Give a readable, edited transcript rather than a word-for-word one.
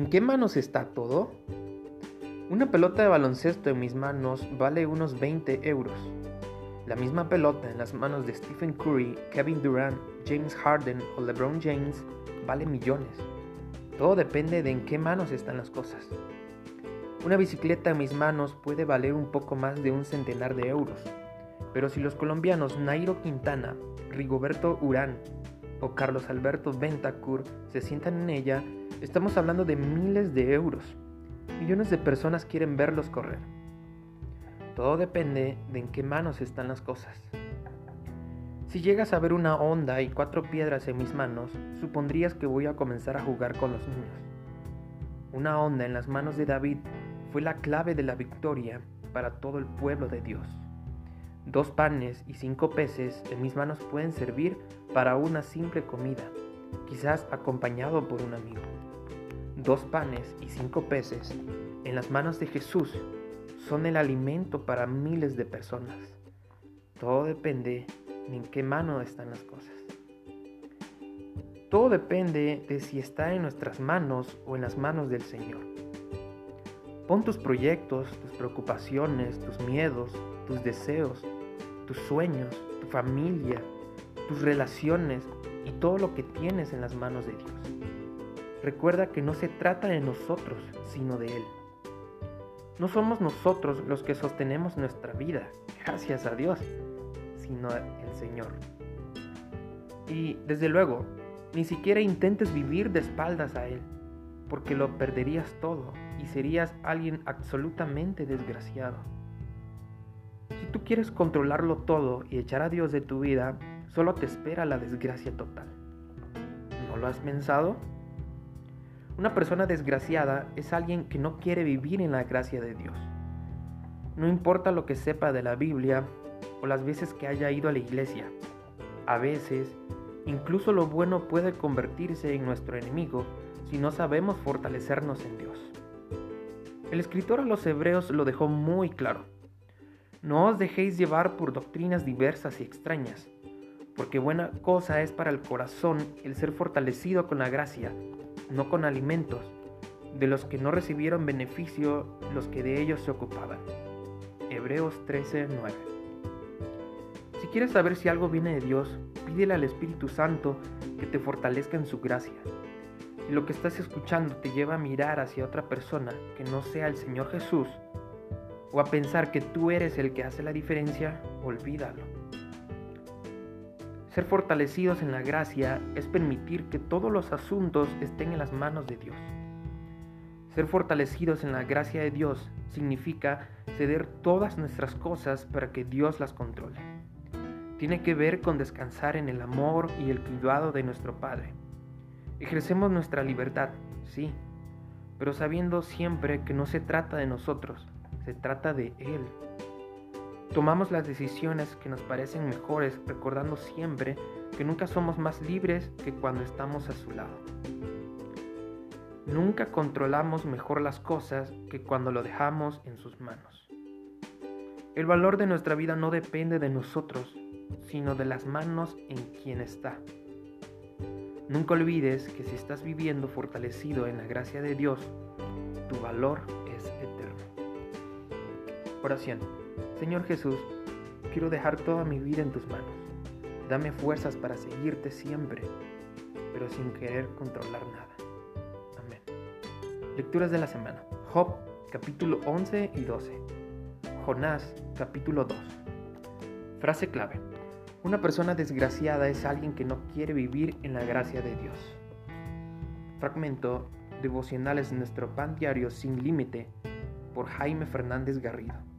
¿En qué manos está todo? Una pelota de baloncesto en mis manos vale unos 20 euros. La misma pelota en las manos de Stephen Curry, Kevin Durant, James Harden o LeBron James vale millones. Todo depende de en qué manos están las cosas. Una bicicleta en mis manos puede valer un poco más de un centenar de euros, pero si los colombianos Nairo Quintana, Rigoberto Urán o Carlos Alberto Bentancur se sientan en ella, estamos hablando de miles de euros. Millones de personas quieren verlos correr. Todo depende de en qué manos están las cosas. Si llegas a ver una onda y 4 piedras en mis manos, supondrías que voy a comenzar a jugar con los niños. Una onda en las manos de David fue la clave de la victoria para todo el pueblo de Dios. 2 panes y 5 peces en mis manos pueden servir para una simple comida, quizás acompañado por un amigo. 2 panes y 5 peces en las manos de Jesús son el alimento para miles de personas. Todo depende de en qué mano están las cosas. Todo depende de si está en nuestras manos o en las manos del Señor. Pon tus proyectos, tus preocupaciones, tus miedos, tus deseos, tus sueños, tu familia, tus relaciones y todo lo que tienes en las manos de Dios. Recuerda que no se trata de nosotros, sino de Él. No somos nosotros los que sostenemos nuestra vida, gracias a Dios, sino el Señor. Y desde luego, ni siquiera intentes vivir de espaldas a Él, porque lo perderías todo y serías alguien absolutamente desgraciado. Si tú quieres controlarlo todo y echar a Dios de tu vida, solo te espera la desgracia total. ¿No lo has pensado? Una persona desgraciada es alguien que no quiere vivir en la gracia de Dios. No importa lo que sepa de la Biblia o las veces que haya ido a la iglesia. A veces, incluso lo bueno puede convertirse en nuestro enemigo si no sabemos fortalecernos en Dios. El escritor a los Hebreos lo dejó muy claro. No os dejéis llevar por doctrinas diversas y extrañas, porque buena cosa es para el corazón el ser fortalecido con la gracia, no con alimentos, de los que no recibieron beneficio los que de ellos se ocupaban. Hebreos 13:9. Si quieres saber si algo viene de Dios, pídele al Espíritu Santo que te fortalezca en su gracia. Si lo que estás escuchando te lleva a mirar hacia otra persona que no sea el Señor Jesús, o a pensar que tú eres el que hace la diferencia, olvídalo. Ser fortalecidos en la gracia es permitir que todos los asuntos estén en las manos de Dios. Ser fortalecidos en la gracia de Dios significa ceder todas nuestras cosas para que Dios las controle. Tiene que ver con descansar en el amor y el cuidado de nuestro Padre. Ejercemos nuestra libertad, sí, pero sabiendo siempre que no se trata de nosotros, se trata de Él. Tomamos las decisiones que nos parecen mejores, recordando siempre que nunca somos más libres que cuando estamos a su lado. Nunca controlamos mejor las cosas que cuando lo dejamos en sus manos. El valor de nuestra vida no depende de nosotros, sino de las manos en quien está. Nunca olvides que si estás viviendo fortalecido en la gracia de Dios, tu valor es eterno. Oración. Señor Jesús, quiero dejar toda mi vida en tus manos. Dame fuerzas para seguirte siempre, pero sin querer controlar nada. Amén. Lecturas de la semana. Job, capítulo 11 y 12. Jonás, capítulo 2. Frase clave. Una persona desgraciada es alguien que no quiere vivir en la gracia de Dios. Fragmento. Devocionales de nuestro pan diario sin límite por Jaime Fernández Garrido.